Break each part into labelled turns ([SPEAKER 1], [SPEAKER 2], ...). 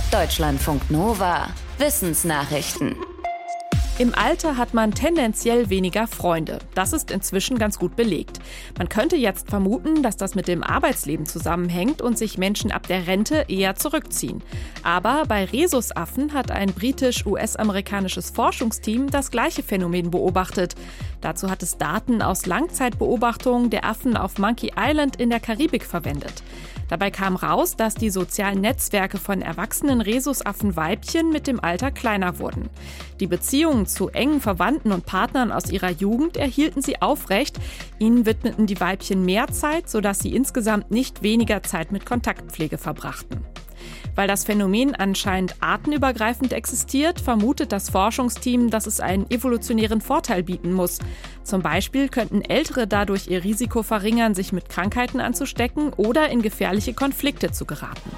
[SPEAKER 1] Deutschlandfunk Nova. Wissensnachrichten.
[SPEAKER 2] Im Alter hat man tendenziell weniger Freunde. Das ist inzwischen ganz gut belegt. Man könnte jetzt vermuten, dass das mit dem Arbeitsleben zusammenhängt und sich Menschen ab der Rente eher zurückziehen. Aber bei Rhesusaffen hat ein britisch-US-amerikanisches Forschungsteam das gleiche Phänomen beobachtet. Dazu hat es Daten aus Langzeitbeobachtungen der Affen auf Monkey Island in der Karibik verwendet. Dabei kam raus, dass die sozialen Netzwerke von erwachsenen Rhesusaffenweibchen mit dem Alter kleiner wurden. Die Beziehungen zu engen Verwandten und Partnern aus ihrer Jugend erhielten sie aufrecht. Ihnen widmeten die Weibchen mehr Zeit, sodass sie insgesamt nicht weniger Zeit mit Kontaktpflege verbrachten. Weil das Phänomen anscheinend artenübergreifend existiert, vermutet das Forschungsteam, dass es einen evolutionären Vorteil bieten muss. Zum Beispiel könnten Ältere dadurch ihr Risiko verringern, sich mit Krankheiten anzustecken oder in gefährliche Konflikte zu geraten.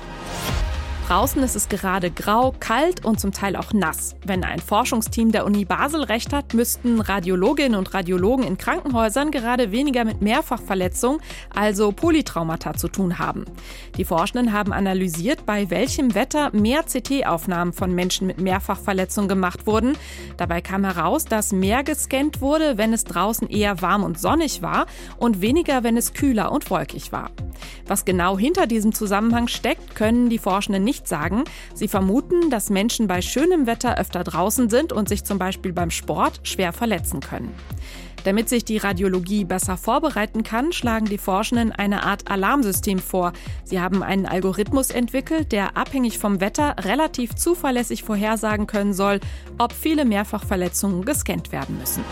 [SPEAKER 2] Draußen ist es gerade grau, kalt und zum Teil auch nass. Wenn ein Forschungsteam der Uni Basel recht hat, müssten Radiologinnen und Radiologen in Krankenhäusern gerade weniger mit Mehrfachverletzungen, also Polytraumata, zu tun haben. Die Forschenden haben analysiert, bei welchem Wetter mehr CT-Aufnahmen von Menschen mit Mehrfachverletzungen gemacht wurden. Dabei kam heraus, dass mehr gescannt wurde, wenn es draußen eher warm und sonnig war und weniger, wenn es kühler und wolkig war. Was genau hinter diesem Zusammenhang steckt, können die Forschenden nicht sagen. Sie vermuten, dass Menschen bei schönem Wetter öfter draußen sind und sich zum Beispiel beim Sport schwer verletzen können. Damit sich die Radiologie besser vorbereiten kann, schlagen die Forschenden eine Art Alarmsystem vor. Sie haben einen Algorithmus entwickelt, der abhängig vom Wetter relativ zuverlässig vorhersagen können soll, ob viele Mehrfachverletzungen gescannt werden müssen.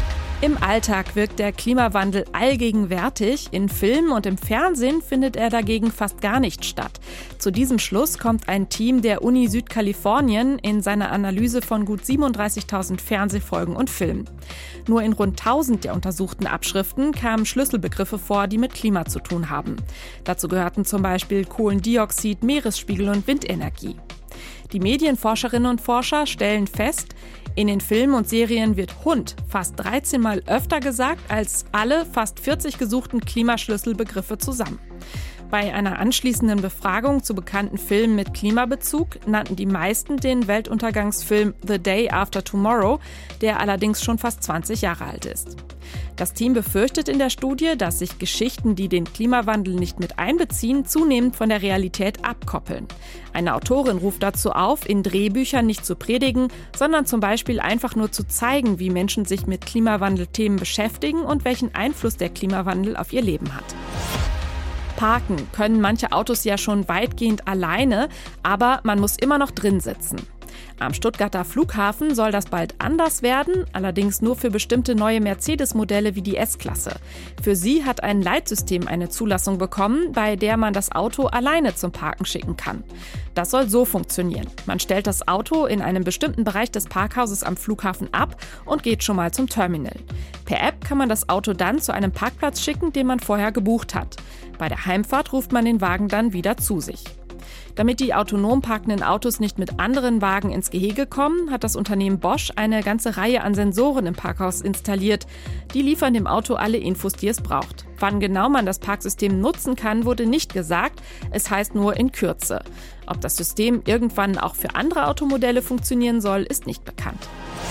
[SPEAKER 2] Im Alltag wirkt der Klimawandel allgegenwärtig. In Filmen und im Fernsehen findet er dagegen fast gar nicht statt. Zu diesem Schluss kommt ein Team der Uni Südkalifornien in seiner Analyse von gut 37.000 Fernsehfolgen und Filmen. Nur in rund 1.000 der untersuchten Abschriften kamen Schlüsselbegriffe vor, die mit Klima zu tun haben. Dazu gehörten zum Beispiel Kohlendioxid, Meeresspiegel und Windenergie. Die Medienforscherinnen und Forscher stellen fest, in den Filmen und Serien wird Hund fast 13 Mal öfter gesagt als alle fast 40 gesuchten Klimaschlüsselbegriffe zusammen. Bei einer anschließenden Befragung zu bekannten Filmen mit Klimabezug nannten die meisten den Weltuntergangsfilm The Day After Tomorrow, der allerdings schon fast 20 Jahre alt ist. Das Team befürchtet in der Studie, dass sich Geschichten, die den Klimawandel nicht mit einbeziehen, zunehmend von der Realität abkoppeln. Eine Autorin ruft dazu auf, in Drehbüchern nicht zu predigen, sondern zum Beispiel einfach nur zu zeigen, wie Menschen sich mit Klimawandelthemen beschäftigen und welchen Einfluss der Klimawandel auf ihr Leben hat. Parken können manche Autos ja schon weitgehend alleine, aber man muss immer noch drin sitzen. Am Stuttgarter Flughafen soll das bald anders werden, allerdings nur für bestimmte neue Mercedes-Modelle wie die S-Klasse. Für sie hat ein Leitsystem eine Zulassung bekommen, bei der man das Auto alleine zum Parken schicken kann. Das soll so funktionieren. Man stellt das Auto in einem bestimmten Bereich des Parkhauses am Flughafen ab und geht schon mal zum Terminal. Per App kann man das Auto dann zu einem Parkplatz schicken, den man vorher gebucht hat. Bei der Heimfahrt ruft man den Wagen dann wieder zu sich. Damit die autonom parkenden Autos nicht mit anderen Wagen ins Gehege kommen, hat das Unternehmen Bosch eine ganze Reihe an Sensoren im Parkhaus installiert. Die liefern dem Auto alle Infos, die es braucht. Wann genau man das Parksystem nutzen kann, wurde nicht gesagt. Es heißt nur in Kürze. Ob das System irgendwann auch für andere Automodelle funktionieren soll, ist nicht bekannt.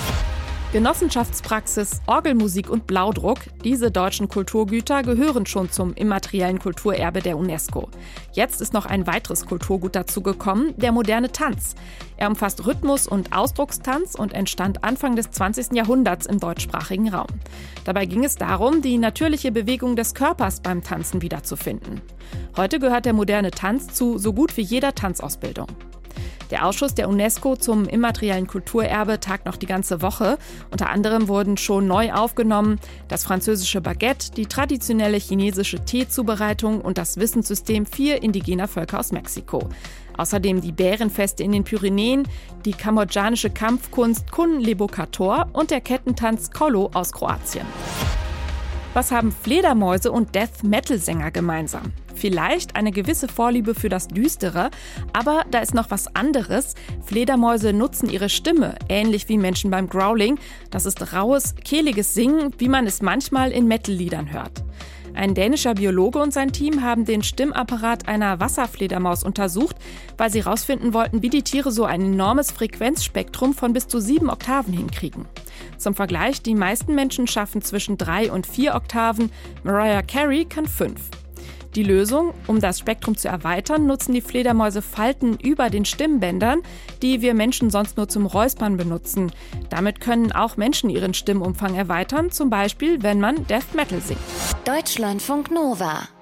[SPEAKER 2] Genossenschaftspraxis, Orgelmusik und Blaudruck, diese deutschen Kulturgüter gehören schon zum immateriellen Kulturerbe der UNESCO. Jetzt ist noch ein weiteres Kulturgut dazugekommen, der moderne Tanz. Er umfasst Rhythmus- und Ausdruckstanz und entstand Anfang des 20. Jahrhunderts im deutschsprachigen Raum. Dabei ging es darum, die natürliche Bewegung des Körpers beim Tanzen wiederzufinden. Heute gehört der moderne Tanz zu so gut wie jeder Tanzausbildung. Der Ausschuss der UNESCO zum immateriellen Kulturerbe tagt noch die ganze Woche. Unter anderem wurden schon neu aufgenommen das französische Baguette, die traditionelle chinesische Teezubereitung und das Wissenssystem 4 indigener Völker aus Mexiko. Außerdem die Bärenfeste in den Pyrenäen, die kambodschanische Kampfkunst Kun Lebokator und der Kettentanz Kolo aus Kroatien. Was haben Fledermäuse und Death-Metal-Sänger gemeinsam? Vielleicht eine gewisse Vorliebe für das Düstere, aber da ist noch was anderes. Fledermäuse nutzen ihre Stimme, ähnlich wie Menschen beim Growling. Das ist raues, kehliges Singen, wie man es manchmal in Metal-Liedern hört. Ein dänischer Biologe und sein Team haben den Stimmapparat einer Wasserfledermaus untersucht, weil sie herausfinden wollten, wie die Tiere so ein enormes Frequenzspektrum von bis zu 7 Oktaven hinkriegen. Zum Vergleich, die meisten Menschen schaffen zwischen 3 und 4 Oktaven, Mariah Carey kann 5. Die Lösung, um das Spektrum zu erweitern, nutzen die Fledermäuse Falten über den Stimmbändern, die wir Menschen sonst nur zum Räuspern benutzen. Damit können auch Menschen ihren Stimmumfang erweitern, zum Beispiel, wenn man Death Metal singt.
[SPEAKER 1] Deutschlandfunk Nova